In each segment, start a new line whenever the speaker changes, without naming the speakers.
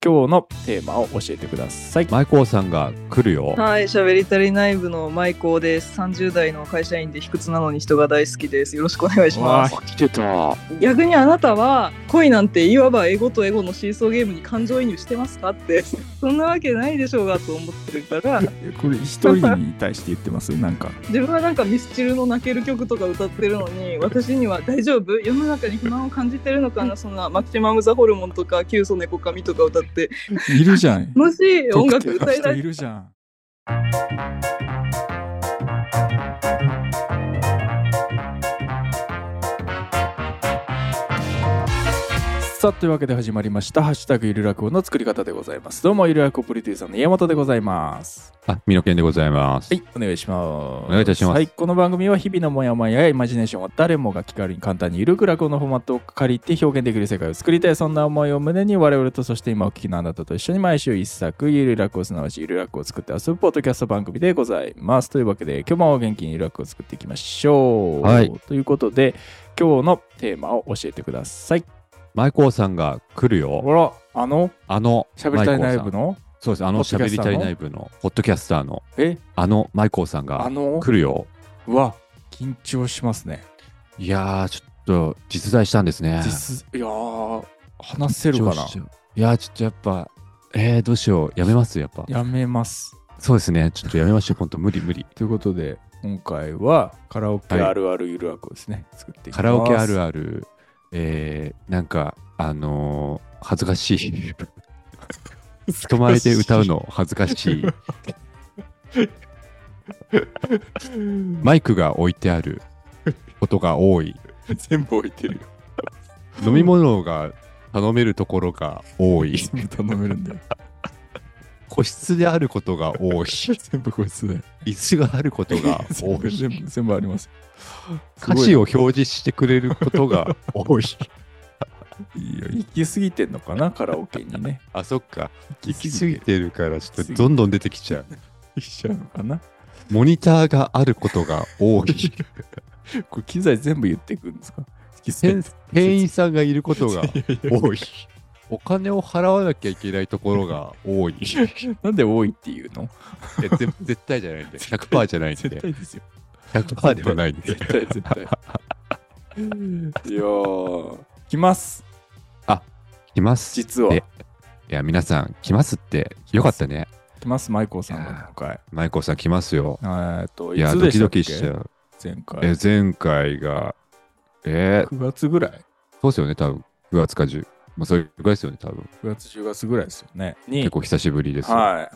今日のテーマを教えてください。
マイコーさんが来るよ。
はい、喋り足りない部のマイコーです。30代の会社員で卑屈なのに人が大好きです。よろしくお願いします。
来てた。
逆にあなたは恋なんていわばエゴとエゴのシーソーゲームに感情移入してますかってそんなわけないでしょうがと思ってるから
これ一人に対して言ってますなんか
自分はなんかミスチルの泣ける曲とか歌ってるのに私には大丈夫世の中に不満を感じてるのかなそんなマキシマムザホルモンとかキュウソネコカミとか歌って
いるじゃん
もし音楽歌い
人いるじゃん。さあというわけで始まりましたハッシュタグゆるらくの作り方でございます。どうもゆるらくプロデューサーの家元でございます。
みのけんでございます。
はい、お願いします。
お願いいたします。
はい、この番組は日々のモヤモヤやイマジネーションを誰もが気軽に簡単にゆるく落語のフォーマットを借りて表現できる世界を作りたい、そんな思いを胸に我々とそして今お聞きのあなたと一緒に毎週一作ゆる落語すなわちゆる落語を作って遊ぶポッドキャスト番組でございます。というわけで今日も元気にゆる落語を作っていきましょう。
はい。
ということで今日のテーマを教えてください。
マイコーさんが来るよ。
ほら、喋りたい内部の
そうです。喋りたい内部のポッドキャスターのマイコーさんが来るよ。
うわ、緊張しますね。
いやー、ちょっと実在したんですね。
いやー、話せるかな。
いやー、ちょっとやっぱどうしよう。やめますやっぱ。
やめます。
そうですね。ちょっとやめましょう。本当無理。
ということで今回はカラオケあるあるゆる落語ですね、作っていきます。
カラオケあるある。なんか恥ずかしい人前で歌うの恥ずかしいマイクが置いてあることが多い
全部置いてるよ
飲み物が頼めるところが多い
全部頼めるんだよ
個室であることが多い
全部個室で
椅子があることが多い
全部あります。
歌詞を表示してくれることが多い
いや行き過ぎてんのかなカラオケにね。
あ、そっか。行き過ぎてるからちょっとどんどん出てきちゃう。
しちゃうのかな。
モニターがあることが多い
これ機材全部言っていくんですか。
店員さんがいることが多いお金を払わなきゃいけないところが多い
なんで多いっていうの。
絶対じゃないんで 100% じゃないんで
絶対ですよ。
100% ではないんで
絶対いやー来ます。
来ます
実は。
いや皆さん来ますってよかったね。
来ますマイコーさんの今回。
マイコーさん来ますよ。
いつでしたっけ。
ドキドキしちゃう。
前回
が
9月ぐらい。
そうですよね多分9月か10。それぐらいですよね多分。
9月10月ぐらいですよね。
結構久しぶりですよ。
はい。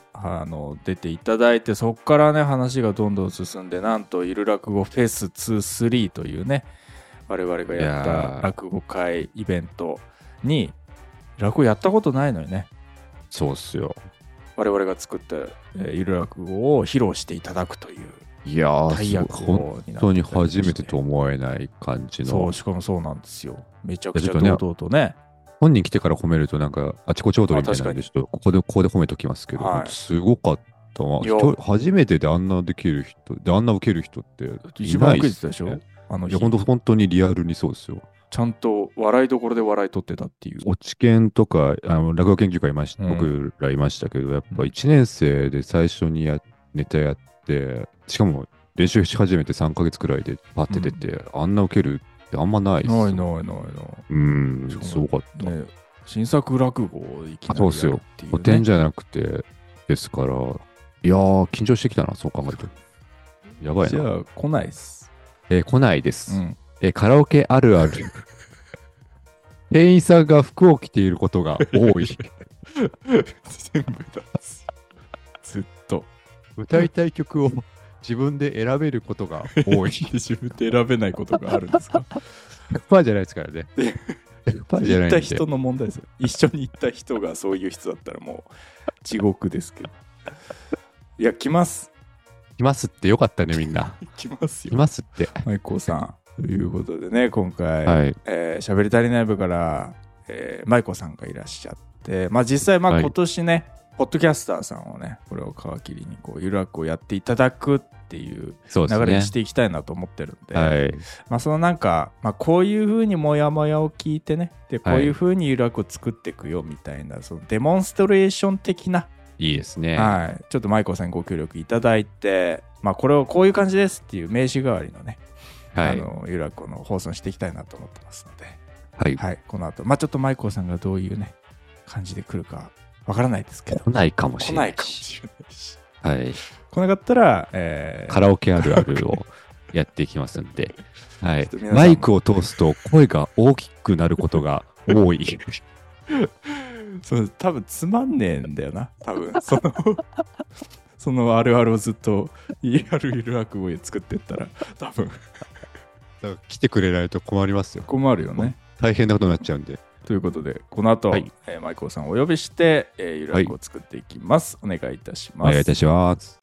出ていただいてそこからね話がどんどん進んでなんとゆる落語フェス2-3というね我々がやった落語会イベントに落語やったことないのにね。
そうっすよ。
我々が作った、ゆる落語を披露していただくという。
いやー本当に初めてと思えない感じの。
そうしかもそうなんですよ。めちゃくちゃ堂々とね。
本人来てから褒めるとなんかあちこち踊りみたいなんでちょっとここで褒めときますけど、はい、すごかったわ。初めてであんなできる人であんな受ける人って
一番受けてたでしょ。
いや本当にリアルにそうですよ。
ちゃんと笑いどころで笑い取ってたっていう。
落研とか落語研究会僕らいましたけど、やっぱ1年生で最初にネタやってしかも練習し始めて3ヶ月くらいでパッて出て、あんな受けるってあんまないっす。ない。すごかった、ね。
新作落語をいきなりやるっていう、ね。
そうっすよ。古典じゃなくてですから、いやー緊張してきたなそう考えると。やばいな。
じゃあ来ないっす。
来ないです。カラオケあるある店員さんが服を着ていることが多い
全部だずっと
歌いたい曲を自分で選べることが多い
自分で選べないことがあるんですか。
100% じゃないですからね。
100% じゃないんで。行った人の問題ですよ。一緒に行った人がそういう人だったらもう地獄ですけど。いや来ます
ってよかったねみんな。
来ますよ。
来ますって
マイコーさんということでね今回、喋り足りない部から、マイコーさんがいらっしゃって、実際今年ね、ポッドキャスターさんをねこれを皮切りにこうゆる落語をやっていただくっっていう
そうですね。
流れにしていきたいなと思ってるんで、
はい。
まあそのなんか、まあ、こういう風にモヤモヤを聞いてね、でこういう風にゆるらくを作っていくよみたいな、そのデモンストレーション的な、
いいですね。
はい、ちょっとマイコさんにご協力いただいて、まあこれをこういう感じですっていう名刺代わりのね、
はい。
ゆるらくの放送にしていきたいなと思ってますので、
はい。
はい、この後、まあちょっとマイコさんがどういうね感じで来るかわからないですけど、
来ないかもし
来な
れないい
かもしれないし、
はい。
来なかったら、
カラオケあるあるをやっていきますんで、はい
ちょっと皆さんも
マイクを通すと声が大きくなることが多い。
そう多分つまんねえんだよな、多分そのあるあるをずっとやるゆるらくを作ってったら多分
だから来てくれないと困りますよ。
困るよね。
大変なことになっちゃうんで。
ということでこの後、
はい
マイコさんをお呼びして、ゆるらくを作っていきます、お願いいたし
お
ます。
願いいたします。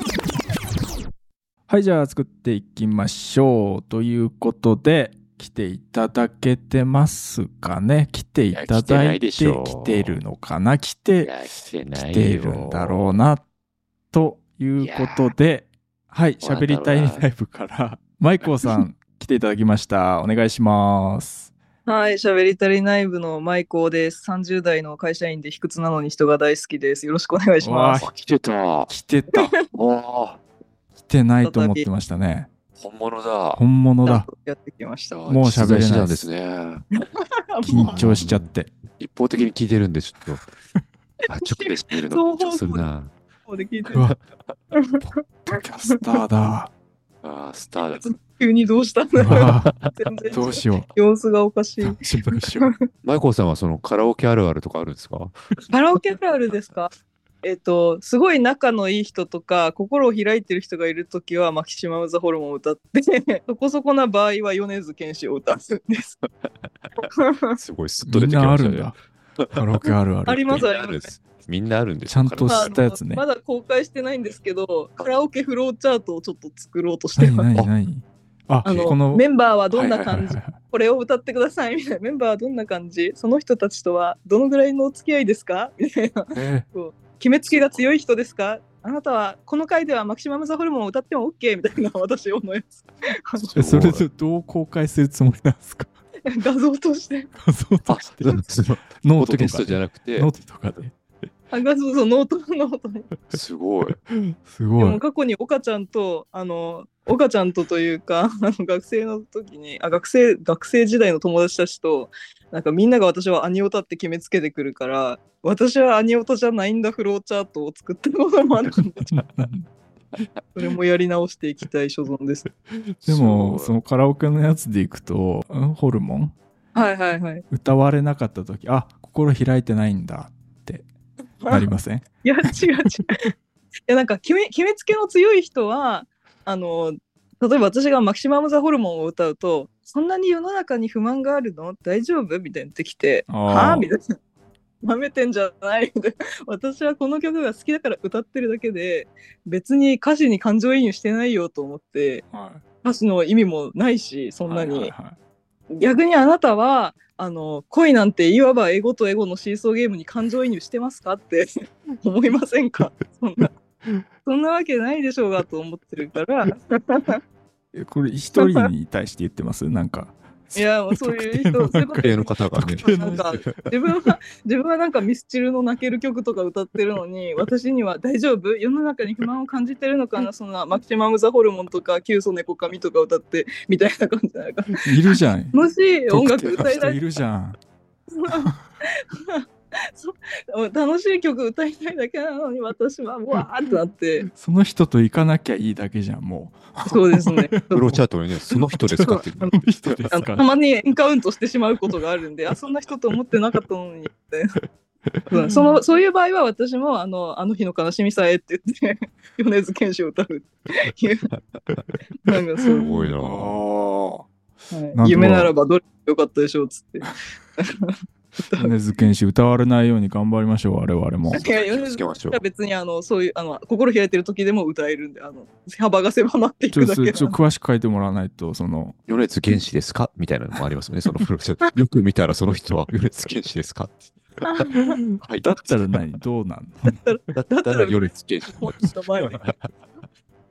はい、じゃあ作っていきましょうということで、来ていただけてますかね。来ていただいて、
いや来てないでしょう
来てるのかな、来て
来てないよ。
来ているんだろうなということで、はい、
どうなんだろうな
喋りたいライブからマイコーさん来ていただきました。お願いします。
はい、喋り足りない部のマイコーです。30代の会社員で卑屈なのに人が大好きです。よろしくお願いします。
あ、来てた。
来てた。
おー、
来てないと思ってましたね。
本物だ。
本物だ。
やってきました。
もう喋れない
実在してたんですね。
緊張しちゃって。
一方的に聞いてるんで、ちょっと。あ、直でしてるの緊張するな。
ここで聞いて
うわ、ポッドキャスターだ。
あー、スターだ。
急にどうしたんだ
うわ
全然
どうしよ
様子がおかしい。
う。どうしよう。
マイコーさんはそのカラオケあるあるとかあるんですか？
カラオケあるあるですか？すごい仲のいい人とか心を開いてる人がいるときはマキシマム・ザ・ホルモンを歌ってそこそこな場合は米津玄師を歌うんです
すごいスッと出てき
みんなあ
ましたね。
るんだ。カラオケあるある。
あります
みんなあるんです。みんなあるんです
ちゃんと
カラオケ
知ったやつね
まだ公開してないんですけどカラオケフローチャートをちょっと作ろうとして
何
ます。
何あ、この
メンバーはどんな感じ、
はいはいはいはい
これを歌ってくださいみたいな、メンバーはどんな感じ、その人たちとはどのぐらいのお付き合いですかみたいな、決めつけが強い人ですか、あなたはこの回ではマキシマム・ザ・ホルモンを歌っても OK みたいな私用のやつ
それでどう公開するつもりなんですか？
画像として
画像として
その
ノ
ポッ
ートと
ドキャスト
かで
じゃなくて、
ノートとかで
画像そうノートに
すごい。
すごい
でも過去に岡ちゃんと岡ちゃんとというか学生の時に学生時代の友達たちとなんかみんなが私はアニオタって決めつけてくるから私はアニオタじゃないんだフローチャートを作ったこともあるんでそれもやり直していきたい所存です。
でも
す
そのカラオケのやつでいくとホルモン
はいはいはい。
歌われなかった時心開いてないんだってなりません？
いや違う違う。いやなんか決めつけの強い人は例えば私がマキシマム・ザ・ホルモンを歌うとそんなに世の中に不満があるの大丈夫みたいに言ってきてはぁみたいな。舐めてんじゃないみたいな。私はこの曲が好きだから歌ってるだけで別に歌詞に感情移入してないよと思って歌詞の意味もないしそんなに、
はいはいはい
逆にあなたは恋なんていわばエゴとエゴのシーソーゲームに感情移入してますかって思いませんか？そんなわけないでしょうがと思ってるから
これ一人に対して言ってますなんか
いやもうそういう人そういうこと
特定の方がね。
なんか自分はなんかミスチルの泣ける曲とか歌ってるのに私には大丈夫世の中に不満を感じてるのかなそんなマキシマム・ザ・ホルモンとかキュウソネコカミとか歌ってみたいな感じなんか
いるじゃん。
楽しい音楽歌いたい
特定の人いるじゃん。
楽しい曲歌いたいだけなのに私はわーってなって
その人と行かなきゃいいだけじゃんも
そうですね
フローチャートにね、その人ですかって。
う。その人ですか
たまにエンカウントしてしまうことがあるんでそんな人と思ってなかったのにってそういう場合は私もあの日の悲しみさえって言って米津玄師を歌うっていうなんかそう
すごいな。
はい、夢ならばどれが良かったでしょうっつって
米津玄師歌われないように頑張りましょう我々も。
いや米津
つけましょう
は別にそういう心開いてる時でも歌えるんで幅が狭まっていくだけなんで
詳しく書いてもらわないとその
米津玄師ですかみたいなのもありますね。そのフローチャート。よく見たらその人は米津玄師ですかはい。
だったらどうなんの？
だったら米津玄師。
名前は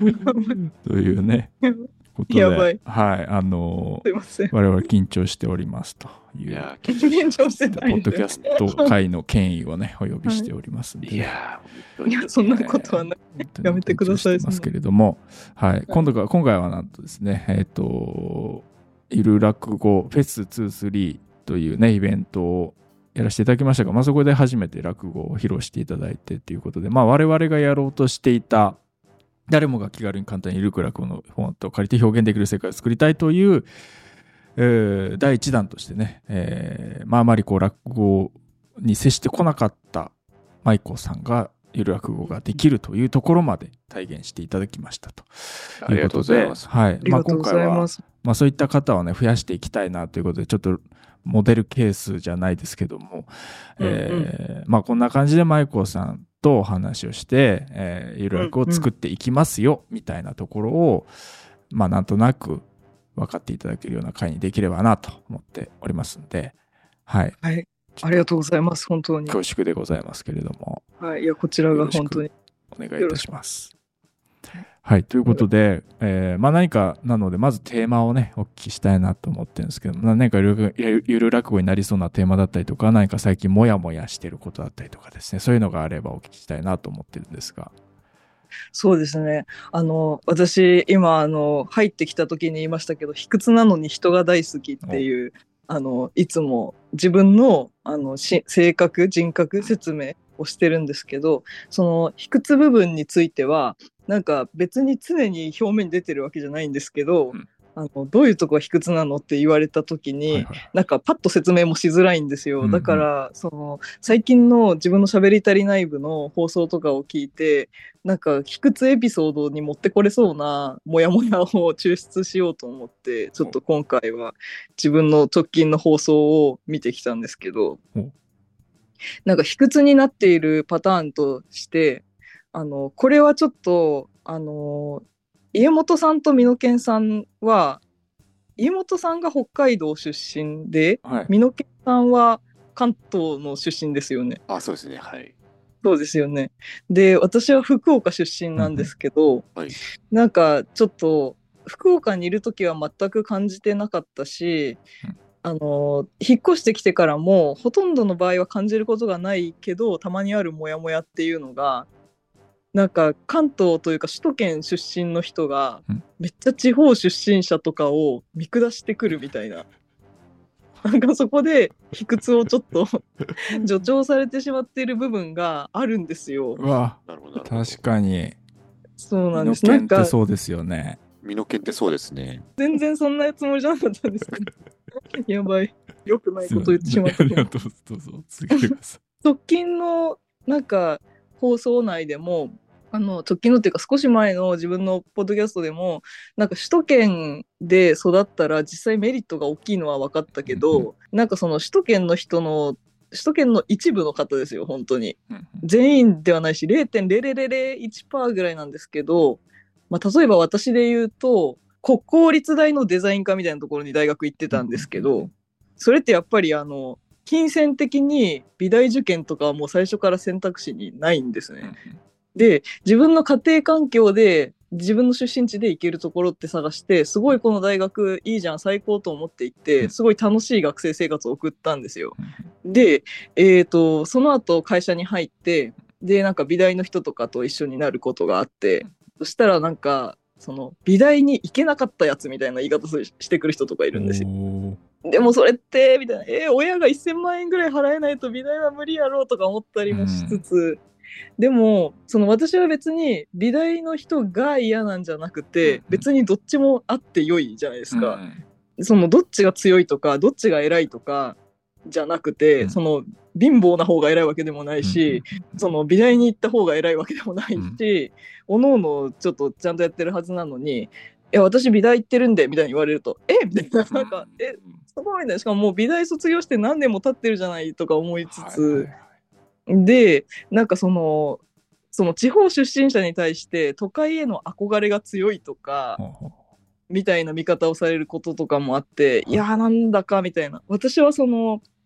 というね、ことで、
やばい
はい、
すいません。
我々緊張しておりますという、
いや
緊張して
ポ
ないんで
ッドキャスト界の権威をね、お呼びしておりますんで、
いや
いや、そんなことはない。
本当に
やめてください
緊張してますけれども、はい、今回はなんとですね、ゆる落語フェス23というね、イベントをやらせていただきましたが、そこで初めて落語を披露していただいてということで、我々がやろうとしていた、誰もが気軽に簡単にゆるく落語のフォーマットを借りて表現できる世界を作りたいという、第一弾としてね、あまり落語に接してこなかった舞子さんがゆる落語ができるというところまで体現していただきましたと
ありがとうございます。
はい、
ありがとうございます。
今回はそういった方をね増やしていきたいなということで、ちょっとモデルケースじゃないですけども、こんな感じで舞子さんとお話をして、ゆる落語を作っていきますよ、みたいなところをなんとなく分かっていただけるような会にできればなと思っておりますんで、はい、
はい、ありがとうございます。本当に。
恐縮でございますけれども、
はい、いや、こちらが本当に。
お願いいたします。はい、ということで、何かなので、まずテーマをね、お聞きしたいなと思ってるんですけど、何かゆる落語になりそうなテーマだったりとか、何か最近モヤモヤしてることだったりとかですね、そういうのがあればお聞きしたいなと思ってるんですが。
そうですね。私、今、入ってきた時に言いましたけど、卑屈なのに人が大好きっていう、いつも自分の、性格、人格説明をしてるんですけど、その卑屈部分については、なんか別に常に表面に出てるわけじゃないんですけど、どういうとこが卑屈なのって言われた時に、なんかパッと説明もしづらいんですよ。だから最近の自分の喋り足りない部の放送とかを聞いて、なんか卑屈エピソードに持ってこれそうなモヤモヤを抽出しようと思って、ちょっと今回は自分の直近の放送を見てきたんですけど、なんか卑屈になっているパターンとして、これはちょっと家元さんと美濃健さんは、家元さんが北海道出身で、美濃健さんは関東の出身ですよね。
あ、そうですね。はい。
そうですよね。で、私は福岡出身なんですけど、
はい、
なんかちょっと福岡にいるときは全く感じてなかったし、引っ越してきてからもほとんどの場合は感じることがないけど、たまにあるモヤモヤっていうのが、なんか関東というか首都圏出身の人がめっちゃ地方出身者とかを見下してくるみたいな、なんかそこで卑屈をちょっと助長されてしまっている部分があるんですよ。
うわ、確かに。
そうなんです。
美濃健ってそうですよね。
美濃健ってそうですね。
全然そんなつもりじゃなかったんですけどやばい、良くないこと言ってしまった。
どうぞ続けてください。
直近のなんか放送内でも、直近のっていうか少し前の自分のポッドキャストでも、なんか首都圏で育ったら実際メリットが大きいのは分かったけど、なんかその首都圏の一部の方ですよ、本当に。全員ではないし、0.0001% ぐらいなんですけど、例えば私で言うと、国公立大のデザイン科みたいなところに大学行ってたんですけど、それってやっぱり金銭的に美大受験とかはもう最初から選択肢にないんですね。で、自分の家庭環境で自分の出身地で行けるところって探して、すごいこの大学いいじゃん、最高と思って行って、すごい楽しい学生生活を送ったんですよ。で、その後会社に入って、で、なんか美大の人とかと一緒になることがあって、そしたらなんか、その美大に行けなかったやつみたいな言い方してくる人とかいるんですよ。でもそれってみたいな、親が1000万円ぐらい払えないと美大は無理やろうとか思ったりもしつつ、でも私は別に美大の人が嫌なんじゃなくて、別にどっちもあって良いじゃないですか。どっちが強いとかどっちが偉いとかじゃなくて、貧乏な方が偉いわけでもないし、美大に行った方が偉いわけでもないし、おのおのちょっとちゃんとやってるはずなのに、私美大行ってるんでみたいに言われると、みたいな、なんかすごいね、しかももう美大卒業して何年も経ってるじゃないとか思いつつ、で、なんかその地方出身者に対して都会への憧れが強いとかみたいな見方をされることとかもあって、いやなんだかみたいな。私は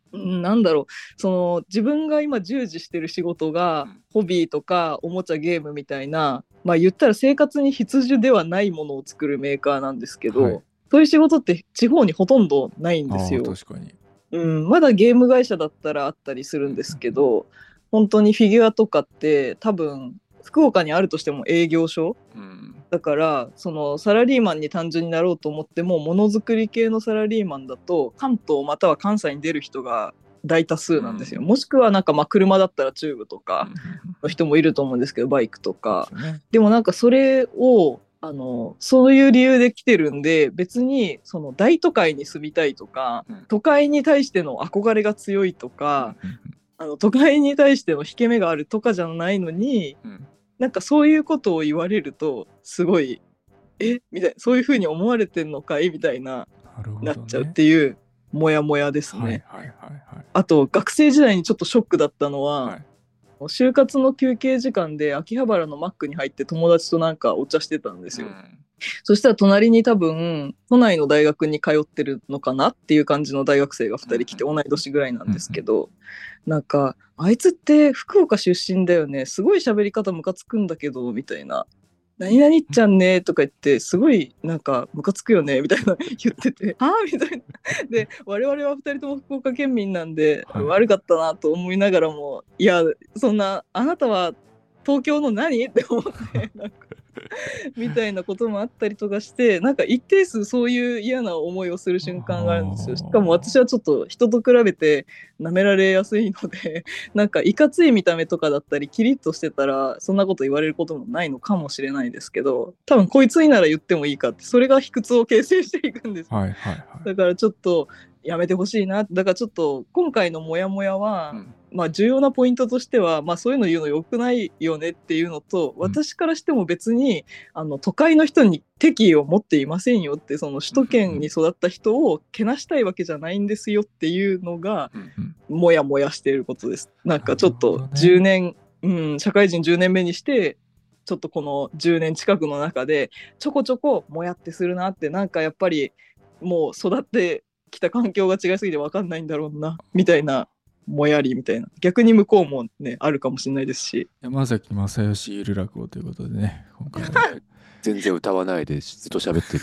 なんだろう、その自分が今従事してる仕事がホビーとかおもちゃゲームみたいな、まあ言ったら生活に必需ではないものを作るメーカーなんですけど、
はい、
そういう仕事って地方にほとんどないんですよ。
確かに。
まだゲーム会社だったらあったりするんですけど、本当にフィギュアとかって多分福岡にあるとしても営業所、だからそのサラリーマンに単純になろうと思ってもものづくり系のサラリーマンだと関東または関西に出る人が大多数なんですよ。もしくはなんかまあ車だったらチューブとかの人もいると思うんですけど、バイクとか。でもなんかそれをそういう理由で来てるんで、別にその大都会に住みたいとか、都会に対しての憧れが強いとか、都会に対しての引け目があるとかじゃないのに、なんかそういうことを言われるとすごいみたいな、そういうふうに思われてんのかいみたいな、なっちゃうっていうモヤモヤですね。あと学生時代にちょっとショックだったのは、就活の休憩時間で秋葉原のマックに入って友達となんかお茶してたんですよ。そしたら隣に多分都内の大学に通ってるのかなっていう感じの大学生が2人来て、同い年ぐらいなんですけど、なんかあいつって福岡出身だよね、すごい喋り方ムカつくんだけどみたいな、何々ちゃんねとか言ってすごいなんかムカつくよねみたいな言ってて、はあみたいな。で我々は2人とも福岡県民なんで、悪かったなと思いながらも、いやそんなあなたは東京の何って思ってなんかみたいなこともあったりとかして、なんか一定数そういう嫌な思いをする瞬間があるんですよ。しかも私はちょっと人と比べて舐められやすいので、なんかいかつい見た目とかだったりキリッとしてたらそんなこと言われることもないのかもしれないですけど、多分こいつになら言ってもいいかって、それが卑屈を形成していくんです。だからちょっとやめてほしいな。だからちょっと今回のモヤモヤは、まあ重要なポイントとしては、まあそういうの言うの良くないよねっていうのと、私からしても別に都会の人に敵意を持っていませんよって、その首都圏に育った人をけなしたいわけじゃないんですよっていうのがモヤモヤしていることです。なんかちょっと10年、社会人10年目にしてちょっとこの10年近くの中でちょこちょこもやってするなって、なんかやっぱりもう育ってきた環境が違いすぎて分かんないんだろうなみたいな、もやりみたいな、逆に向こうもねあるかもしれないですし。
山崎正義ゆる落語ということでね、今回は
全然歌わないでずっと喋ってる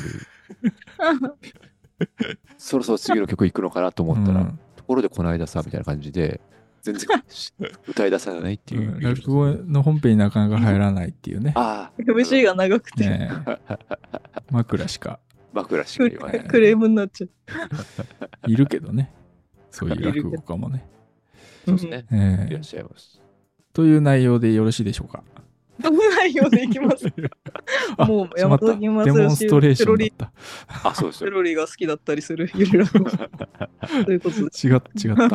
そろそろ次の曲行くのかなと思ったら、ところでこの間さみたいな感じで全然歌い出さないっていう、
落語の本編になかなか入らないっていうね。
MC が長くて、
ね、枕しか
言わない
クレームになっちゃ
う。いるけどね、そういう落語家もね。
そうですね、いらっしゃいます。
という内容でよろしいでしょうか。
どの内容でいきますもう山崎正義
デモンストレーションだった。
そうですよ。
ペロリが好きだったりするゆる落語ということで
違った。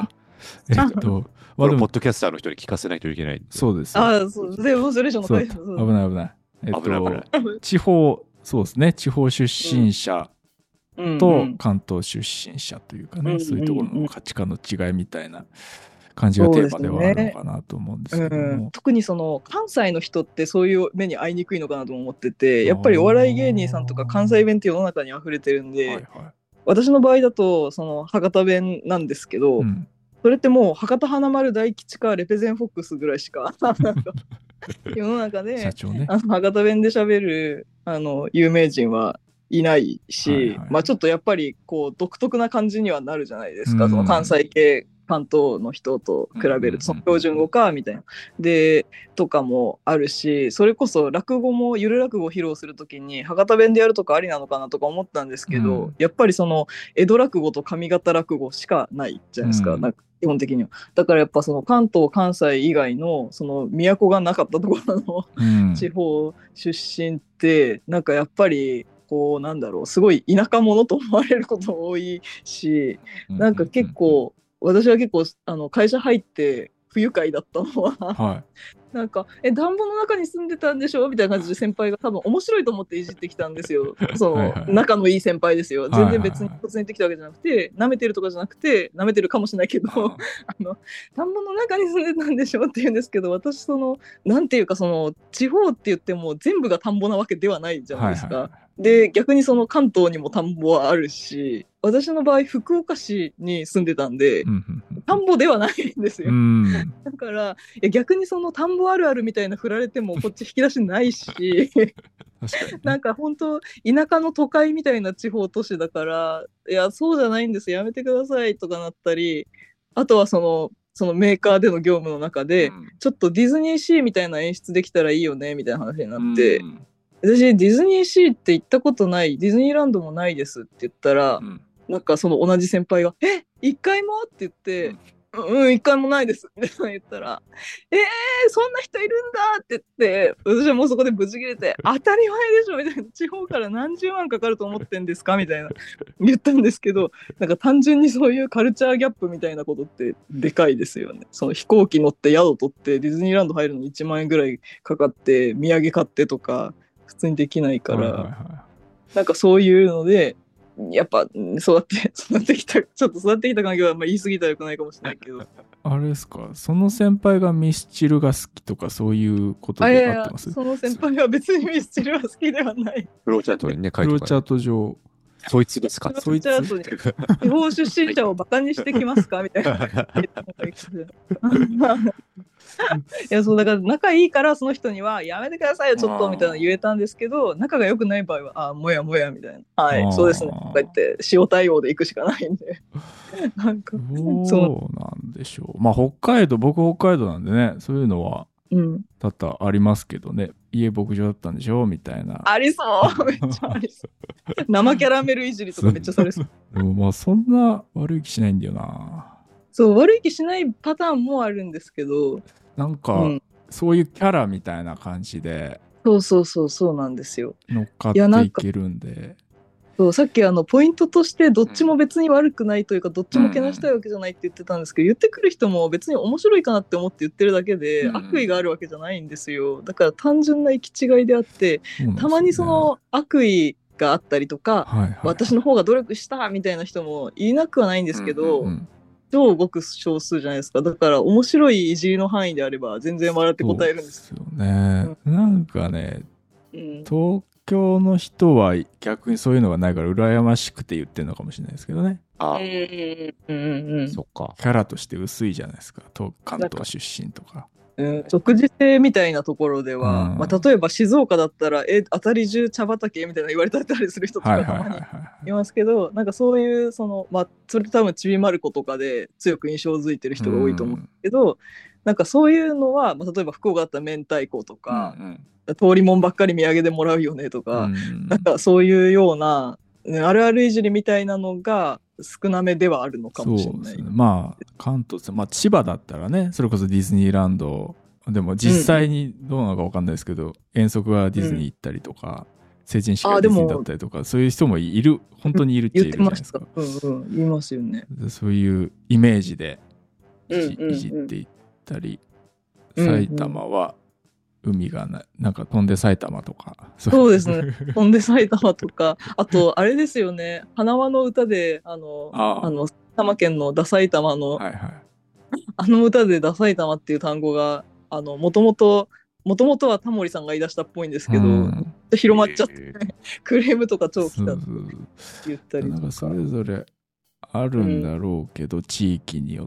ポッドキャスターの人に聞かせないといけない。
そうです。
そうデモンストレーションの回。
危ない。地方、そうですね、地方出身者と関東出身者というかね、そういうところの価値観の違いみたいな感じがテーマではあるのかなと思うんですけども、
特にその関西の人ってそういう目に遭いにくいのかなと思ってて、やっぱりお笑い芸人さんとか関西弁って世の中に溢れてるんで、私の場合だとその博多弁なんですけど、それってもう博多華丸大吉かレペゼンフォックスぐらいしか世の中で、博多弁で喋る有名人はいないし、まあちょっとやっぱりこう独特な感じにはなるじゃないですか、その関西系関東の人と比べると、その標準語かみたいなでとかもあるし、それこそ落語もゆる落語を披露するときに博多弁でやるとかありなのかなとか思ったんですけど、やっぱりその江戸落語と上方落語しかないじゃないですか、なんか基本的には。だからやっぱその関東関西以外のその都がなかったところの地方出身ってなんかやっぱりこうなんだろう、すごい田舎者と思われることも多いし、なんか結構私は結構会社入って不愉快だったのは、なんか田んぼの中に住んでたんでしょみたいな感じで先輩が多分面白いと思っていじってきたんですよ。その仲のいい先輩ですよ。全然別に突然言ってきたわけじゃなくて、舐めてるとかじゃなくて、舐めてるかもしれないけど田んぼの中に住んでたんでしょって言うんですけど、私そのなんていうか、その地方って言っても全部が田んぼなわけではないじゃないですか。で逆にその関東にも田んぼはあるし、 私の場合福岡市に住んでたんで、田んぼではないんですよ。だから逆にその田んぼあるあるみたいな振られてもこっち引き出しないしなんか本当田舎の都会みたいな地方都市だから、いやそうじゃないんですやめてくださいとかなったり、あとはそのメーカーでの業務の中で、ちょっとディズニーシーみたいな演出できたらいいよねみたいな話になって、私ディズニーシーって行ったことない、ディズニーランドもないですって言ったら、なんかその同じ先輩が一回もって言って、一回もないですみたいな言ったら、そんな人いるんだって言って、私はもうそこでブチ切れて、当たり前でしょみたいな、地方から何十万かかると思ってんですかみたいな言ったんですけど、なんか単純にそういうカルチャーギャップみたいなことってでかいですよね。その飛行機乗って宿取ってディズニーランド入るのに1万円ぐらいかかって土産買ってとか普通にできないから、なんかそういうのでやっぱ育ってきた、ちょっと育ってきた環境は言い過ぎたらよくないかもしれないけど。
あれですか、その先輩がミスチルが好きとかそういうことで合ってます？
その先輩は別にミスチルは好きではない。
フローチャートにね、書いて
フローチャート上。
そいつですか？
そいつ地方出身者をバカにしてきますかみたいな。いやそうだから仲いいからその人にはやめてくださいよちょっとみたいな言えたんですけど、仲が良くない場合はもやもやみたいな、はいそうですねとか言って塩対応で行くしかないんでなんか
そうなんでしょう。まあ僕北海道なんでね、そういうのは多々ありますけどね、家牧場だったんでしょみたいな。
ありそうめっちゃありそう生キャラメルいじりとかめっちゃされそう
でもまあそんな悪い気しないんだよな。
そう悪い気しないパターンもあるんですけど、
なんか、そういうキャラみたいな感じで
そうなんですよ。
乗っかっていけるんで。
そうさっきポイントとしてどっちも別に悪くないというか、どっちもけなしたいわけじゃないって言ってたんですけど、言ってくる人も別に面白いかなって思って言ってるだけで、悪意があるわけじゃないんですよ。だから単純な行き違いであって、たまにその悪意があったりとか、私の方が努力したみたいな人もいなくはないんですけど、超ごく少数じゃないですか。だから面白いいじりの範囲であれば全然笑って答えるんです
よね。なんかね、東京の人は逆にそういうのがないから羨ましくて言ってるのかもしれないですけどね。
そっか。
キャラとして薄いじゃないですか。関東出身とか。
即時性みたいなところでは、例えば静岡だったら当たり中茶畑みたいな言われたりする人とかたまにいますけど、なんかそういうそれ多分ちびまる子とかで強く印象づいてる人が多いと思うんですけど、なんかそういうのは、例えば福岡だったら明太子とか、通りもんばっかり土産でもらうよねとか、なんかそういうようなあるあるいじりみたいなのが少なめではあるのかもしれない。そうですね。
まあ関東、千葉だったらね、それこそディズニーランドでも実際にどうなのか分かんないですけど、遠足はディズニー行ったりとか、成人式がディズニーだったりとか、そういう人もいる、本当にいるっちゃいるじゃないですか。
言いますよね。
そういうイメージでいじっていったり、埼玉は海がなんか飛んで埼玉とか。
そうですね。飛んで埼玉とか、あとあれですよね。花輪の歌で埼玉県のダサい玉の、あの歌でダサい玉っていう単語がもともとはタモリさんが言い出したっぽいんですけど、広まっちゃって、クレームとか超来たって言ったりとか。
なんかそれぞれあるんだろうけど、地域によって。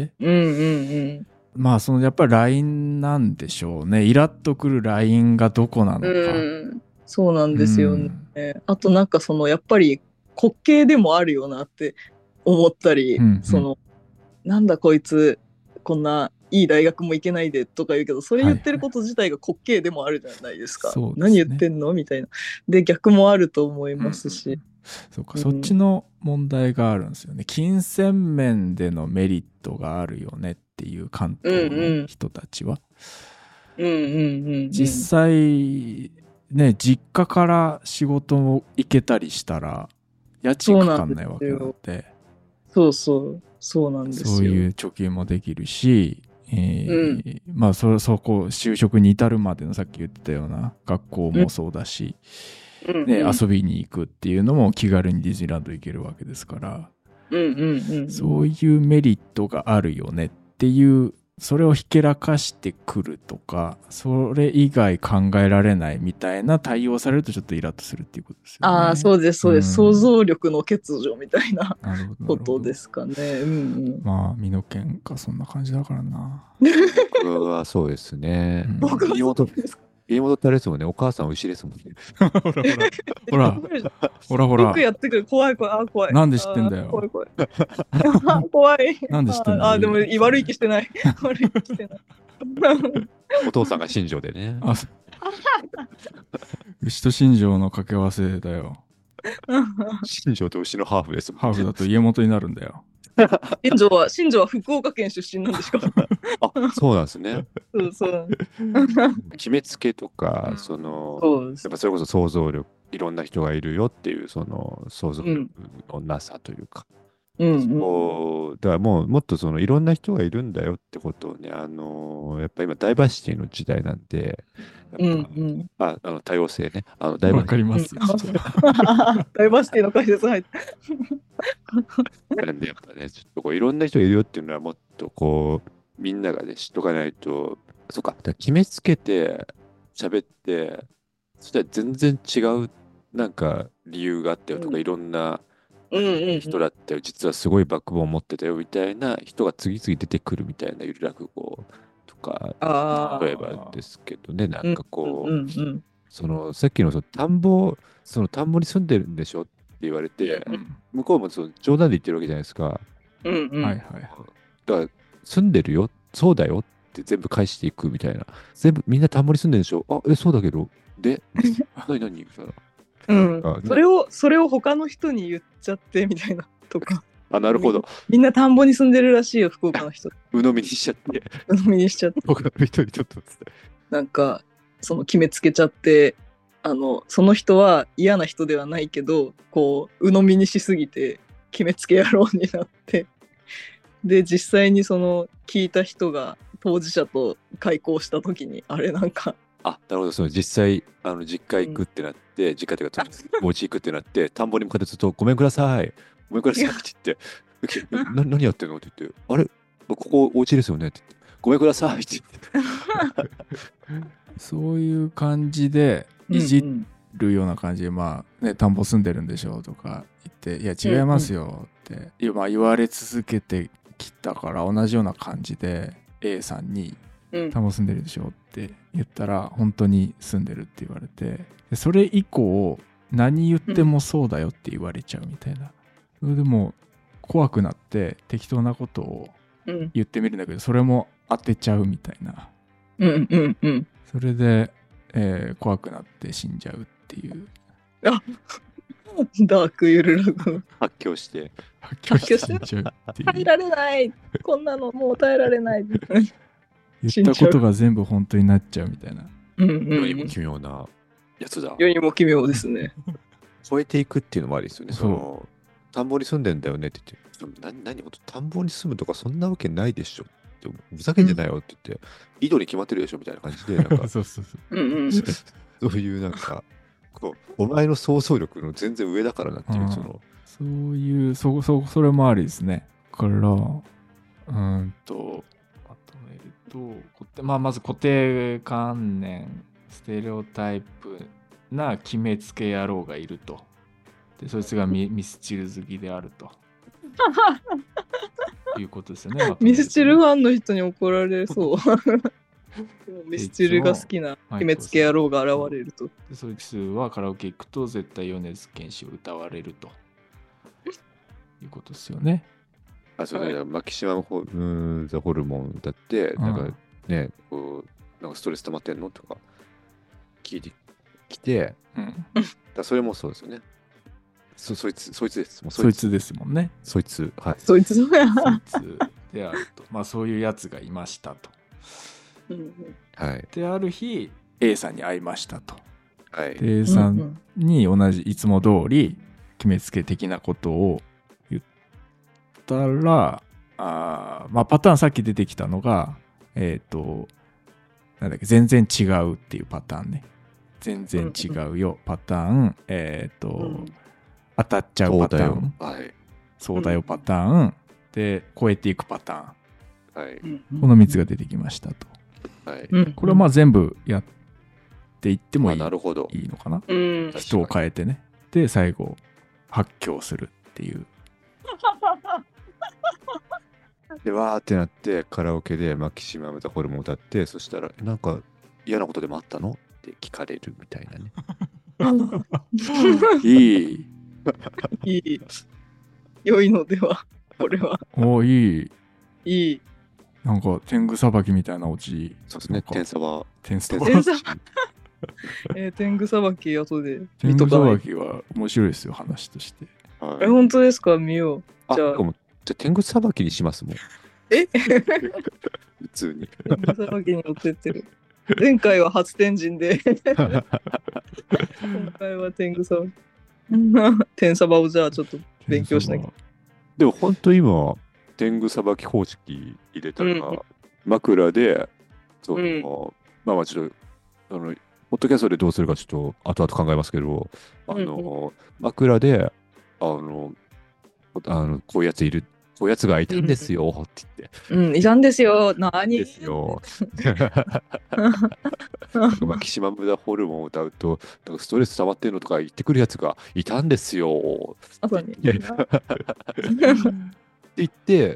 まあそのやっぱり LINE なんでしょうね。イラッとくる LINE がどこなのか。
そうなんですよね。あとなんかやっぱり滑稽でもあるよなって思ったり、なんだこいつこんないい大学も行けないでとか言うけど、それ言ってること自体が滑稽でもあるじゃないですか。何言ってんのみたいな。で逆もあると思いますし。
そうか、そっちの問題があるんですよね。金銭面でのメリットがあるよねっていう関東の人たちは。実際ね、実家から仕事も行けたりしたら家賃かかんないわけなので。
そうなんですよ。
そういう貯金もできるし、まあそこ就職に至るまでのさっき言ってたような学校もそうだし、遊びに行くっていうのも気軽にディズニーランド行けるわけですから、そういうメリットがあるよねっていうそれをひけらかしてくるとか、それ以外考えられないみたいな対応されるとちょっとイラッとするっていうことですよね。
ああ、そうです、そうです。
うん
想像力の欠如みたいな
なるほど
ことですかね。うんうん。
まあ身の剣かそんな感じだからな。
僕はそうですね。
うん
僕はそうですか。
家元ってあれですもんね。お母さん牛ですもんね。
ほらほらほら
よくやってくる。怖い怖い。あー怖い。
なんで知ってんだよ
あー怖い怖い。怖い。
なんで知ってんの
あーでも悪い気してない。悪い気してない。
お父さんが新庄でね。
あ牛と新庄の掛け合わせだよ。
新庄と牛のハーフですもんね。
ハーフだと家元になるんだよ。
新庄は福岡県出身なんでしかも。
あ、そうなんですね。
そうそう。
決めつけとか、
うん
そうです
やっ。ぱそれこそ想像力、いろんな人がいるよっていう、その想像力のなさというか、
うんうん。
だからもっとそのいろんな人がいるんだよってことをね、やっぱ今ダイバーシティの時代なんで、
うん
やっ
うん。
ぱ多様性ね、ダイバ
わ
ーシティ
かりますよ。
ダイバーシティの解説入って。
なんでやっぱね、ちょっとこういろんな人がいるよっていうのはもっとこう、みんながね、知っとかないと、そうか、だから決めつけて喋って、そしたら全然違うなんか理由があったよとか、いろんな
うんうん。
人だったよ、実はすごいバックボーンを持ってたよみたいな人が次々出てくるみたいなゆる落語とか、
ああ。
例えばですけどね、なんかこう、
うんうん
さっきの田んぼに住んでるんでしょって言われて、向こうも冗談で言ってるわけじゃないですか。
うんうん。
はいはい。
だから住んでるよ、そうだよって全部返していくみたいな。全部みんな田んぼに住んでるでしょ、あ、そうだけど、で、何みたいな。
うん
あ、
それを他の人に言っちゃってみたいなとか。
あ、なるほど。
みんな田んぼに住んでるらしいよ、福岡の人。
鵜呑みにしちゃって、
飲みにしちゃって。
他の人にちょっと
なんか、その決めつけちゃって、その人は嫌な人ではないけど、こう、鵜呑みにしすぎて、決めつけ野郎になって、で、実際にその聞いた人が当事者と開口したときに、あれなんか、
あ、なるほど、実際、実家行くってなって、実家というか、お家行くってなって、田んぼに向かってずっと、ごめんください、ごめんくださいって言って、何やってんのって言って、あれここお家ですよねって言って、ごめんくださいって言って。
そういう感じでいじるような感じで、まあね、田んぼ住んでるんでしょとか言って、いや違いますよって、まあ、言われ続けてきたから同じような感じで A さんに田んぼ住んでるでしょって言ったら本当に住んでるって言われて、でそれ以降何言ってもそうだよって言われちゃうみたいな。それでも怖くなって適当なことを言ってみるんだけど、それも当てちゃうみたいな。
うんうんうん。
それで、怖くなって死んじゃうっていう。
あダークゆるらぐ
発狂して。
発狂して死んじゃうっていう。
耐えられないこんなのもう耐えられない
言ったことが全部本当になっちゃうみたいな。
うんうん、
世にも奇妙なやつだ。
世にも奇妙ですね。
超えていくっていうのもありですよね。
そう
田んぼに住んでんだよねって言って、何田んぼに住むとかそんなわけないでしょって、ふざけんじゃないよって言って、井戸に決まってるでしょみたいな感じで、なんか
そうそうそう。
うんうん、
そういうなんか、お前の想像力の全然上だからなっていう、
そういう、それもありですね。だから、まとめると、まず固定観念、ステレオタイプな決めつけ野郎がいると。で、そいつがミスチル好きであると。いうことですよね。
ミスチルファンの人に怒られそう。ミスチルが好きな決めつけ野郎が現れると。
でそいつはカラオケ行くと絶対米津玄師を歌われるということですよね。
そうね、マキシマムザホルモンだって、なんかね、なんかストレス溜まってんのとか聞いてきて、だそれもそうですよね。そいつです。
そいつですもんね。
そいつ、はい。
そいつ
であると。まあそういうやつがいましたと。
はい。
で、ある日、A さんに会いましたと。
はい。
で、A さんに同じいつも通り決めつけ的なことを言ったら、まあパターンさっき出てきたのが、なんだっけ、全然違うっていうパターンね。全然違うよ、パターン、当たっちゃうパターン、
はい、
そうだよパターン、で超えていくパターン、
はい。
この3つが出てきましたと。
はい。
これはまあ全部やっていっても
まあ
いい
なるほど。
いいのかな。
うん。
人を変えてね。で、最後、発狂するっていう。
で、わーってなって、カラオケでマキシマムザホルモン歌って、そしたら、なんか嫌なことでもあったのって聞かれるみたいなね。
いい。
いい。良いのでは、これは。
おいい。
いい。
なんか天狗さばきみたいなオチ。
そうですね、天差は。
天さ
天さ天狗さばき後で
天狗
見とかない。
さばきは面白いですよ、話として。
はい
本当ですか？見よう。
あ、
じゃあ
でもじゃあ天狗さばきにしますもん。
え
普通に。
天狗さばきに乗ってってる。前回は初天神で、今回は天狗さばき。天サバをじゃあちょっと勉強しなきゃ。
でも本当今、天狗さばき方式入れたら、
うん
枕で、その、
うん
まあまあちょっと、ポッドキャストでどうするかちょっと後々考えますけど、枕で、こういうやついる、こういうやつがいたんですよって言って。
うん、いたんですよ。何
ですよ。マキシマムザホルモンを歌うと、なんかストレス溜まってるのとか言ってくるやつがいたんですよ。
朝に。
って言って、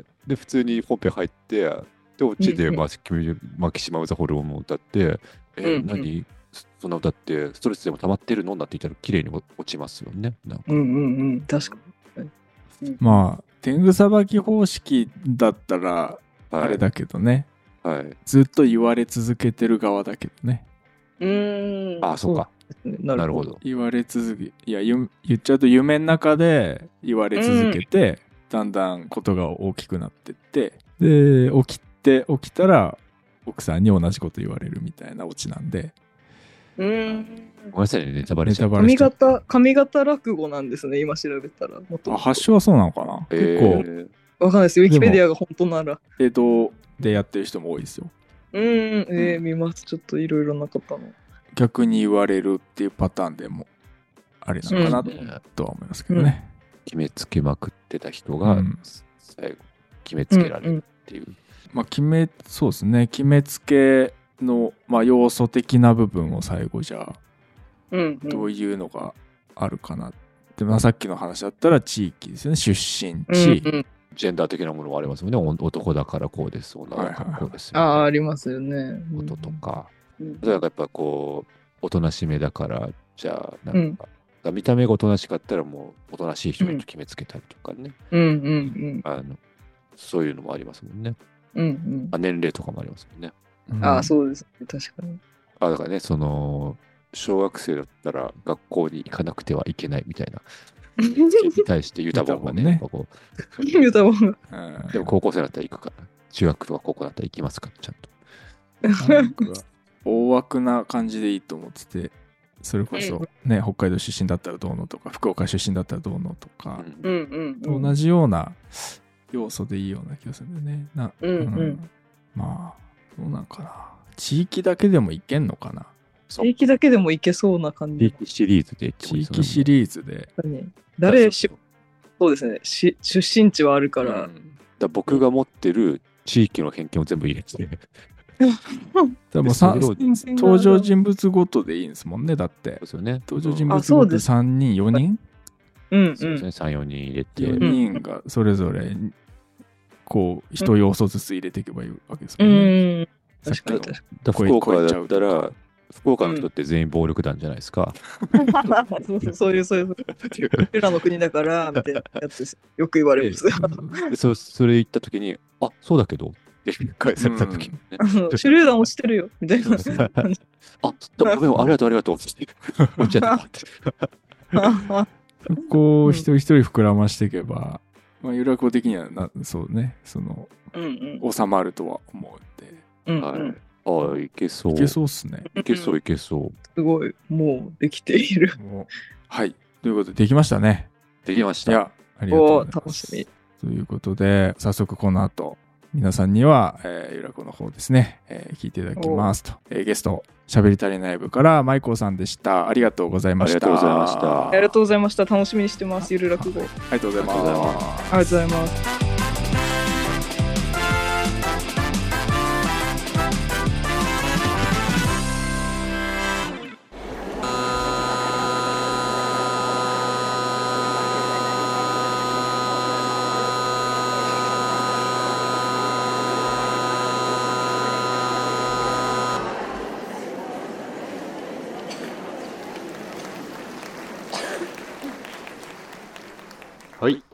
で、普通に本編入って、で、オチでマキシマムザホルモンを歌って、何そんな歌ってストレスでも溜まってるのなんて言ったら綺麗に落ちますよね。なんか
確かに。
まあ、天狗さばき方式だったら、
はい
あれだけどね、
はい。
ずっと言われ続けてる側だけどね。
あ、そうか。
な
なるほど。
言われ続け、いや、言っちゃうと夢の中で言われ続けて、だんだんことが大きくなってって、で、起きたら、奥さんに同じこと言われるみたいなオチなんで。
ごめんなさいね、ネタバレしちゃう。
髪型落語なんですね、今調べたら。
あ、発祥はそうなのかな、結構。
わかんないです。ウィキペディアが本当なら。
江戸でやってる人も多いですよ。
見ます。ちょっといろいろなかったの。
逆に言われるっていうパターンでもありなのかなとは思いますけどね。
決めつけまくってた人が、最後、決めつけられるっていう。
まあ、そうですね。決めつけの、まあ、要素的な部分を最後じゃあ、どういうのがあるかな。で、まあ、さっきの話だったら地域ですよね。出身地。
ジェンダー的なものもありますよね。男だからこうです。女だからこうです。
ありますよね。
こととか。例えばやっぱこう、おとなしめだから、じゃあ、なんか、見た目がおとなしかったらもう、おとなしい人に決めつけたりとかね。そういうのもありますもんね。年齢とかもありますもんね。
そうですね。確かに。
だからね、小学生だったら学校に行かなくてはいけないみたいな。に対してユタボンがね、
ユタボン
が。でも高校生だったら行くから、中学とか高校だったら行きますから、ちゃんと。
大枠な感じでいいと思ってて、それこそね、北海道出身だったらどうのとか、福岡出身だったらどうのとか、同じような要素でいいような気がするんだよね。まあ、どうなんかな。地域だけでもいけんのかな。
地域だけでもいけそうな感じ。
地域シリーズで。
地域シリーズで。
そうですね。出身地はあるから。
僕が持ってる地域の偏見を全部入れて。
でも登場人物ごとでいいんですもんね、だって。
そうですよね。
登場人物ごと3人、4人
そうですね、3、4人入れて。
4人がそれぞれ、こう、一要素ずつ入れていけばいいわけですもんね。
確かに。
福岡だったら、福岡の人って全員暴力団じゃないですか。
そういう。俺らの国だから、みたいなやつです。よく言われます。
それ言ったときに、そうだけど、って返されたときにね。
手榴弾落ちてるよ、みたいな。
ごめん、ありがとう。落ちちゃった。
こう、一人一人膨らましていけば、まあ、ユラコ的にはそうね、収まるとは思うんで。
いけそう。
いけそうっすね。
いけそう。す
ごい、もうできている。
はい。ということで、できましたね。
できました。
いや、ありがとうございます。
楽しみ。
ということで、早速この後、皆さんには、ユラコの方ですね、聞いていただきますと。ゲスト、喋り足りない部からマイコーさんでした。ありがとうございました。
ありがとうございました。楽しみにしてます。ゆる落語。
ありがとうございます。
ありがとうございます。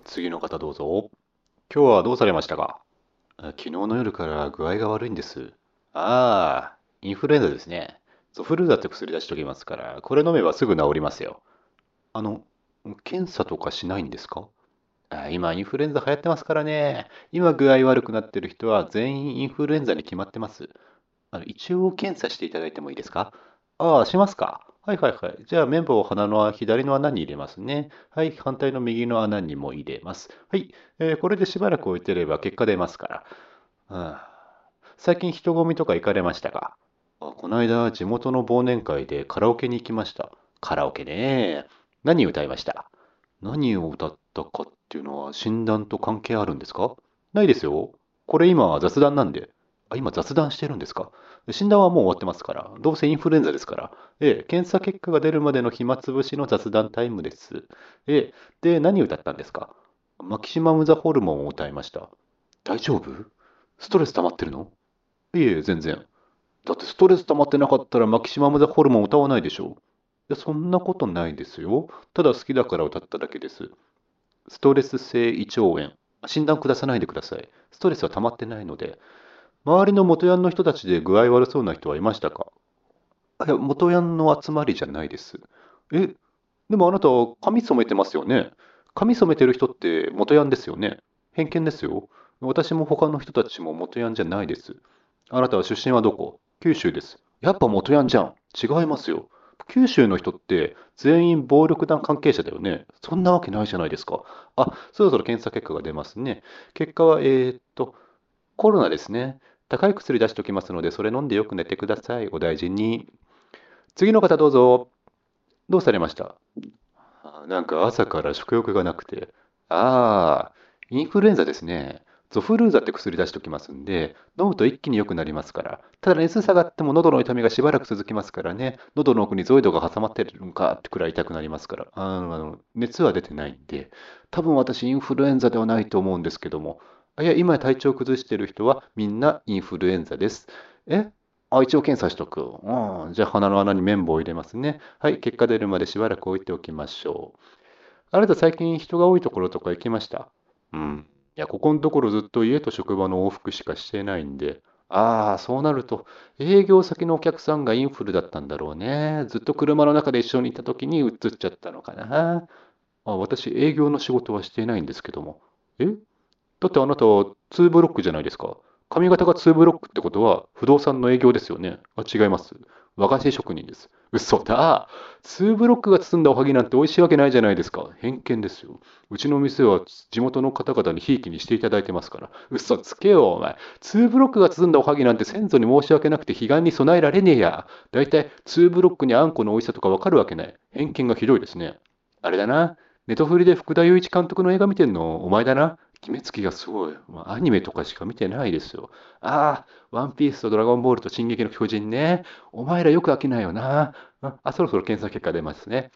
次の方どうぞ。今日はどうされましたか？昨日の夜から具合が悪いんです。インフルエンザですね。ゾフルーザって薬出しときますから、これ飲めばすぐ治りますよ。あの、検査とかしないんですか？今インフルエンザ流行ってますからね。今具合悪くなってる人は全員インフルエンザに決まってます。一応検査していただいてもいいですか？しますか。はいはいはい。じゃあ綿棒を鼻の左の穴に入れますね。はい、反対の右の穴にも入れます。はい、これでしばらく置いてれば結果出ますから。最近人混みとか行かれましたか？この間地元の忘年会でカラオケに行きました。カラオケね。何歌いました？何を歌ったかっていうのは診断と関係あるんですか？ないですよ。これ今雑談なんで。今雑談してるんですか？診断はもう終わってますから。どうせインフルエンザですから。検査結果が出るまでの暇つぶしの雑談タイムです。で、何歌ったんですか？マキシマムザホルモンを歌いました。大丈夫？ストレス溜まってるの？いえ、全然。だってストレス溜まってなかったらマキシマムザホルモン歌わないでしょ？いや、そんなことないですよ。ただ好きだから歌っただけです。ストレス性胃腸炎。診断下さないでください。ストレスは溜まってないので。周りの元ヤンの人たちで具合悪そうな人はいましたか？いや、元ヤンの集まりじゃないです。え、でもあなた、髪染めてますよね。髪染めてる人って元ヤンですよね。偏見ですよ。私も他の人たちも元ヤンじゃないです。あなたは出身はどこ？九州です。やっぱ元ヤンじゃん。違いますよ。九州の人って全員暴力団関係者だよね。そんなわけないじゃないですか。そろそろ検査結果が出ますね。結果は、コロナですね。高い薬出しておきますので、それ飲んでよく寝てください。お大事に。次の方どうぞ。どうされました？なんか朝から食欲がなくて。インフルエンザですね。ゾフルーザって薬出しておきますんで、飲むと一気に良くなりますから。ただ熱下がっても喉の痛みがしばらく続きますからね。喉の奥にゾイドが挟まってるのかってくらい痛くなりますから。熱は出てないんで、多分私インフルエンザではないと思うんですけども。いや、今体調崩してる人はみんなインフルエンザです。え一応検査しとく。じゃあ鼻の穴に綿棒を入れますね。はい、結果出るまでしばらく置いておきましょう。あなた最近人が多いところとか行きました？うん。いや、ここのところずっと家と職場の往復しかしてないんで。そうなると、営業先のお客さんがインフルだったんだろうね。ずっと車の中で一緒にいた時に移っちゃったのかな。私、営業の仕事はしていないんですけども。えだってあなたは2ブロックじゃないですか。髪型が2ブロックってことは不動産の営業ですよね。違います。和菓子職人です。嘘だ。2ブロックが包んだおはぎなんて美味しいわけないじゃないですか。偏見ですよ。うちの店は地元の方々にひいきにしていただいてますから。嘘つけよ、お前。2ブロックが包んだおはぎなんて先祖に申し訳なくて彼岸に備えられねえや。だいたい2ブロックにあんこの美味しさとかわかるわけない。偏見がひどいですね。あれだな。ネトフリで福田雄一監督の映画見てんのお前だな。決めつけがすごい。アニメとかしか見てないですよ。ワンピースとドラゴンボールと進撃の巨人ね。お前らよく飽きないよな。そろそろ検査結果出ますね。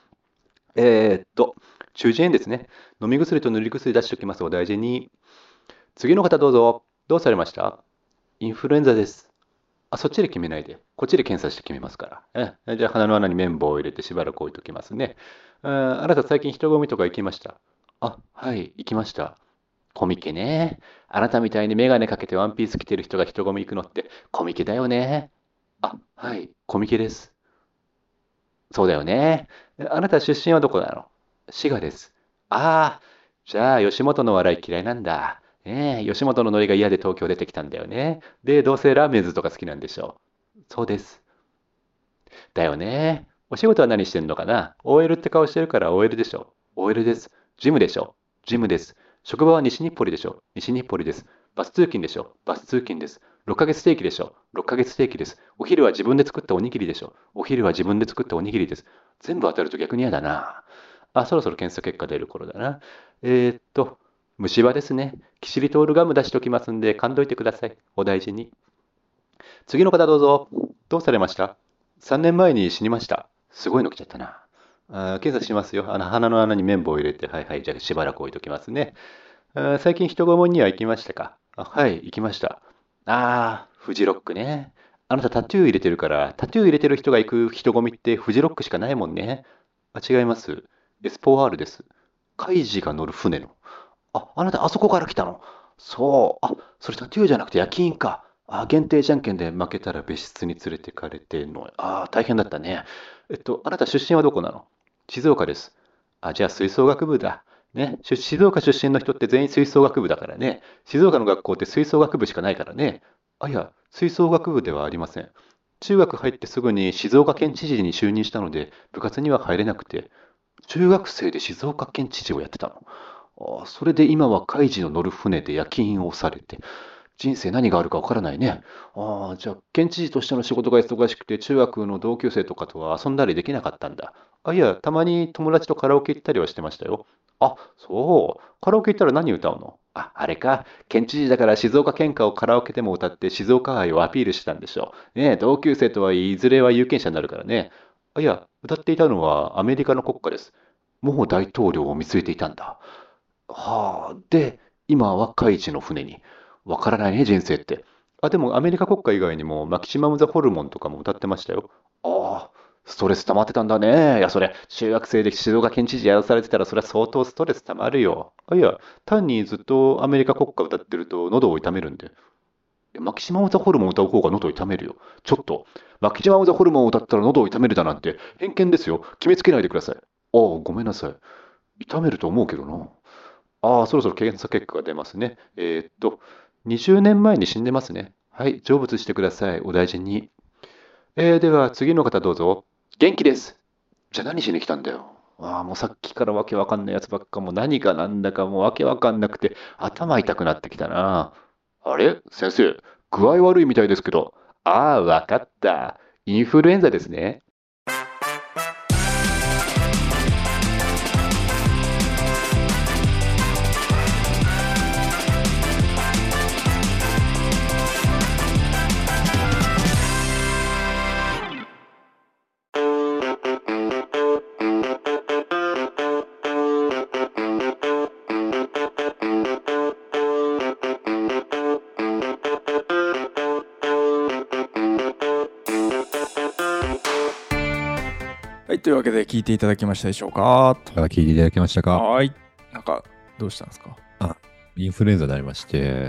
中耳炎ですね。飲み薬と塗り薬出しておきます。お大事に。次の方どうぞ。どうされました？インフルエンザです。そっちで決めないで。こっちで検査して決めますから。じゃあ鼻の穴に綿棒を入れてしばらく置いときますね。あなた最近人混みとか行きました？はい、行きました。コミケね。あなたみたいにメガネかけてワンピース着てる人が人混み行くのってコミケだよね。はい、コミケです。そうだよね。あなた出身はどこなの？滋賀です。じゃあ吉本の笑い嫌いなんだ。吉本のノリが嫌で東京出てきたんだよね。で、どうせラーメンズとか好きなんでしょう。そうです。だよね。お仕事は何してんのかな？ OL って顔してるから OL でしょ。OL です。ジムでしょ。ジムです。職場は西日暮里でしょ。西日暮里です。バス通勤でしょ。バス通勤です。6ヶ月定期でしょ。6ヶ月定期です。お昼は自分で作ったおにぎりでしょ。お昼は自分で作ったおにぎりです。全部当たると逆に嫌だな。そろそろ検査結果出る頃だな。虫歯ですね。キシリトールガム出しておきますんで、噛んどいてください。お大事に。次の方どうぞ。どうされました？ 3 年前に死にました。すごいの来ちゃったな。検査しますよ。鼻の穴に綿棒を入れて、はいはい、じゃあしばらく置いときますね。最近人混みには行きましたか？はい、行きました。フジロックね。あなたタトゥー入れてるから、タトゥー入れてる人が行く人混みってフジロックしかないもんね。違います。エスポワールです。カイジが乗る船の。 あなたあそこから来たの？そう。それタトゥーじゃなくて夜勤か。限定じゃんけんで負けたら別室に連れてかれてんの。大変だったね。あなた出身はどこなの？静岡です。じゃあ吹奏楽部だ。ね。静岡出身の人って全員吹奏楽部だからね。静岡の学校って吹奏楽部しかないからね。いや、吹奏楽部ではありません。中学入ってすぐに静岡県知事に就任したので、部活には入れなくて、中学生で静岡県知事をやってたの。それで今は海事の乗る船で夜勤をされて、人生何があるかわからないね。じゃあ、県知事としての仕事が忙しくて、中学の同級生とかとは遊んだりできなかったんだ。いや、たまに友達とカラオケ行ったりはしてましたよ。そう。カラオケ行ったら何歌うの？あれか。県知事だから静岡県歌をカラオケでも歌って静岡愛をアピールしてたんでしょう。ねえ、同級生とはいずれは有権者になるからね。いや、歌っていたのはアメリカの国歌です。もう大統領を見据えていたんだ。で、今は海事の船に。わからないね、人生って。でもアメリカ国歌以外にもマキシマム・ザ・ホルモンとかも歌ってましたよ。ストレス溜まってたんだね。いや、それ、中学生で静岡県知事やらされてたら、それは相当ストレス溜まるよ。いや、単にずっとアメリカ国歌歌ってると喉を痛めるんで。マキシマム・ザ・ホルモンを歌う方が喉を痛めるよ。ちょっと、マキシマム・ザ・ホルモンを歌ったら喉を痛めるだなんて偏見ですよ。決めつけないでください。ごめんなさい。痛めると思うけどな。そろそろ検査結果が出ますね。20年前に死んでますね。はい、成仏してください。お大事に。では次の方どうぞ。元気です。じゃあ何しに来たんだよ。もうさっきからわけわかんないやつばっかもう何がなんだかもうわけわかんなくて頭痛くなってきたな。あれ先生、具合悪いみたいですけど。わかった。インフルエンザですね。
はい、というわけで聞いていただきましたでしょうか？
聞いていただけましたか？
はい。なんか、どうしたんですか？
インフルエンザになりまして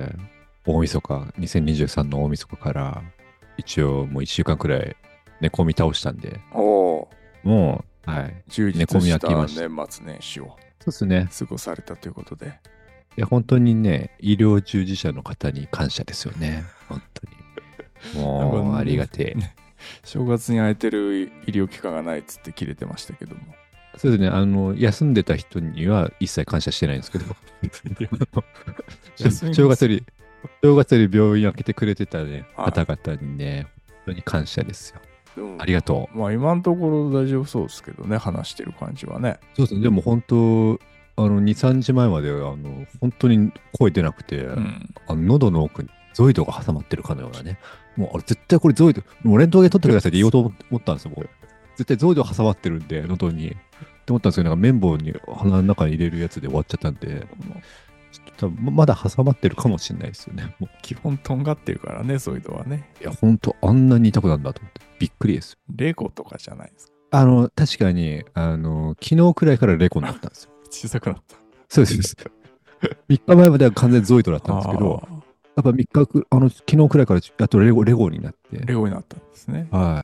、2023の大晦日から、一応もう1週間くらい寝込み倒したんで、
も
う、
充実
寝込み
した
飽きました。
年末年始を
そうですね。
過ごされたということで。
いや、本当にね、医療従事者の方に感謝ですよね。本当に。もう、ありがてえ。
正月に空いてる医療機関がないっつって切れてましたけども。
そうですね。休んでた人には一切感謝してないんですけど。正月より病院開けてくれてたね、方々にね、本当に感謝ですよ。ありがとう。
まあ今のところ大丈夫そうですけどね、話してる感じはね。
そうですね。でも本当、2、3時前まで本当に声出なくて、喉の奥にゾイドが挟まってるかのようなね。もう絶対これゾイド、もうレントゲン取ってくださいって言おうと思ったんですよ。もう絶対ゾイド挟まってるんで、喉に。って思ったんですけど、なんか綿棒に鼻の中に入れるやつで終わっちゃったんで、ちょっと多分まだ挟まってるかもしれないですよね。もう
基本とんがってるからね、そういうのはね。
いや、本当あんなに痛くなるんだと思って、びっくりです。
レゴとかじゃないですか。
確かに、昨日くらいからレコになったんですよ。
小さくなった。
そうです。3日前までは完全にゾイドだったんですけど、やっぱ3日昨日くらいからやっとレゴになって。
レゴになったんですね。
はい。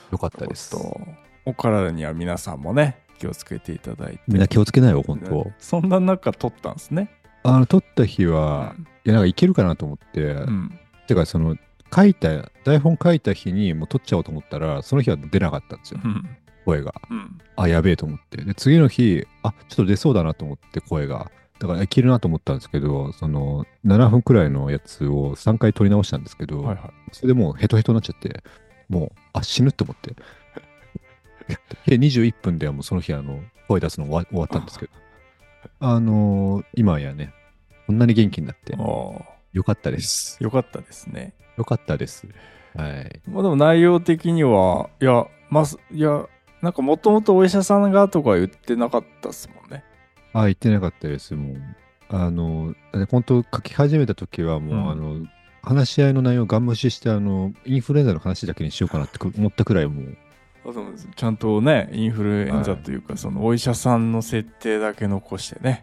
よかったです。
お体には皆さんもね、気をつけていただいて。
みんな気をつけないよ、本当。
そんな中撮ったんですね。
撮った日は、いや、なんかいけるかなと思って、てか、台本書いた日にもう撮っちゃおうと思ったら、その日は出なかったんですよ。声が。やべえと思って。で、次の日、ちょっと出そうだなと思って、声が。だからいけるなと思ったんですけど、7分くらいのやつを3回撮り直したんですけど、それでもうヘトヘトになっちゃって、もう、死ぬと思って。で、21分ではもうその日、声出すの終わったんですけど、今やね、こんなに元気になって、よかったです。
よかったですね。
よかったです。はい。
まあでも内容的には、なんかもともとお医者さんがとか言ってなかったっすもんね。
言ってなかったです。もう、本当書き始めた時はもう、話し合いの内容をガン無視して、インフルエンザの話だけにしようかなって思ったくらいもう。
ちゃんとね、インフルエンザというか、そのお医者さんの設定だけ残してね。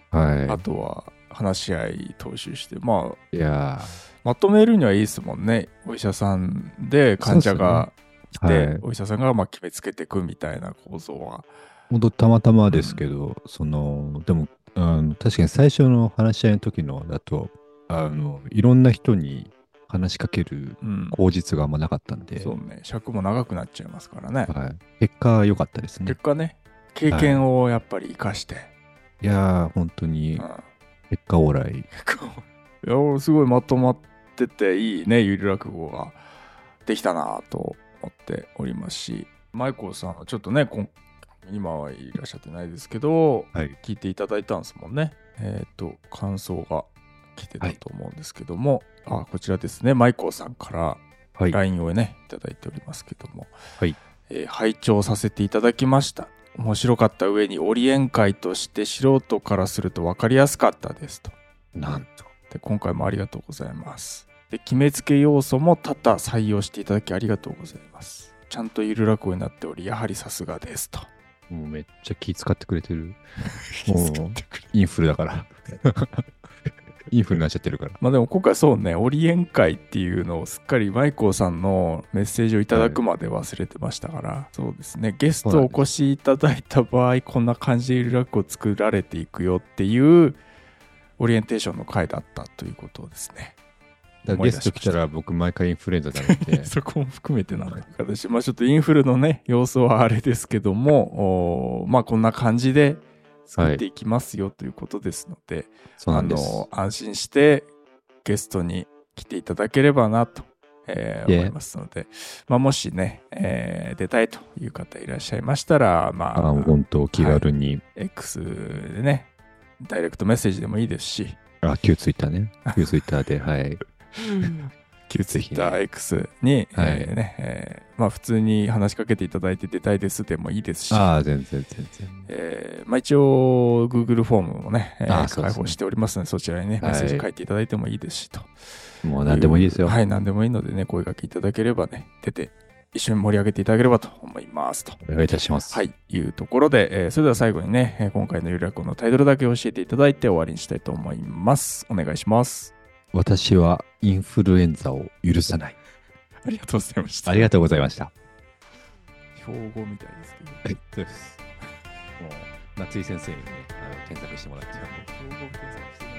はい。
あとは話し合い踏襲して、まあ、
いや
まとめるにはいいですもんね。お医者さんで患者が来て、
はい
お医者さんがまあ決めつけていくみたいな構造は。
ー、本当たまたまですけど、でも、確かに最初の話し合いの時のだと、いろんな人に話しかける
うん。
口実があんまなかったんで、
そうね。尺も長くなっちゃいますからね。
はい、結果良かったですね
結。果ね、経験をやっぱり活かして。
いやー、本当に
うん
結果オーライ。
いや、俺すごいまとまってていいね、ゆる落語ができたなと思っておりますし、マイコーさんはちょっとね、今はいらっしゃってないですけど、
はい。
聞いていただいたんですもんね。感想が来てたと思うんですけども、こちらですね、マイコーさんから
はい。
LINE をね、いただいておりますけども、
はい。
拝聴させていただきました。面白かった上にオリエン会として素人からすると分かりやすかったですと。
なんと。
で今回もありがとうございます。で決めつけ要素も多々採用していただきありがとうございます。ちゃんとゆる落語になっており、やはりさすがですと。
もうめっちゃ気使ってくれてる。もうインフルだから。インフルになっちゃってるから。
まあでも今回そうね、オリエン会っていうのをすっかりマイコーさんのメッセージをいただくまで忘れてましたから、そうですね、ゲストお越しいただいた場合、こんな感じでゆる落語を作られていくよっていうオリエンテーションの回だったということですね。
だからゲスト来たら僕毎回インフルエンザなので。
そこも含めてなんだ形、まあちょっとインフルのね様子はあれですけども、まあこんな感じで作っていきますよということですので、
そうなんです。
安心してゲストに来ていただければなと、思いますので、まあもしね、出たいという方いらっしゃいましたら、まあ
本当気軽に。
X でね、ダイレクトメッセージでもいいですし、
旧ツイッターね。旧ツイッターで、はい。
旧ツイッター X に、
はい
まあ普通に話しかけていただいて出たいですでもいいですし、
全然。
まあ一応 Google フォームもね、
そうですね
開放しておりますので、そちらにね、メッセージ書いていただいてもいいですしと。
もう何でもいいですよ。
はい、何でもいいのでね、声掛けいただければね、出て一緒に盛り上げていただければと思いますと。
お願いいたします。
はい、いうところで、それでは最後にね、今回のゆる落語のタイトルだけ教えていただいて終わりにしたいと思います。お願いします。
私はインフルエンザを許さない。
ありがとうございました。
ありがとうございました。
標語みたいですけど。
そうです。もう、夏井先生にね、添削してもらって。
標語検索して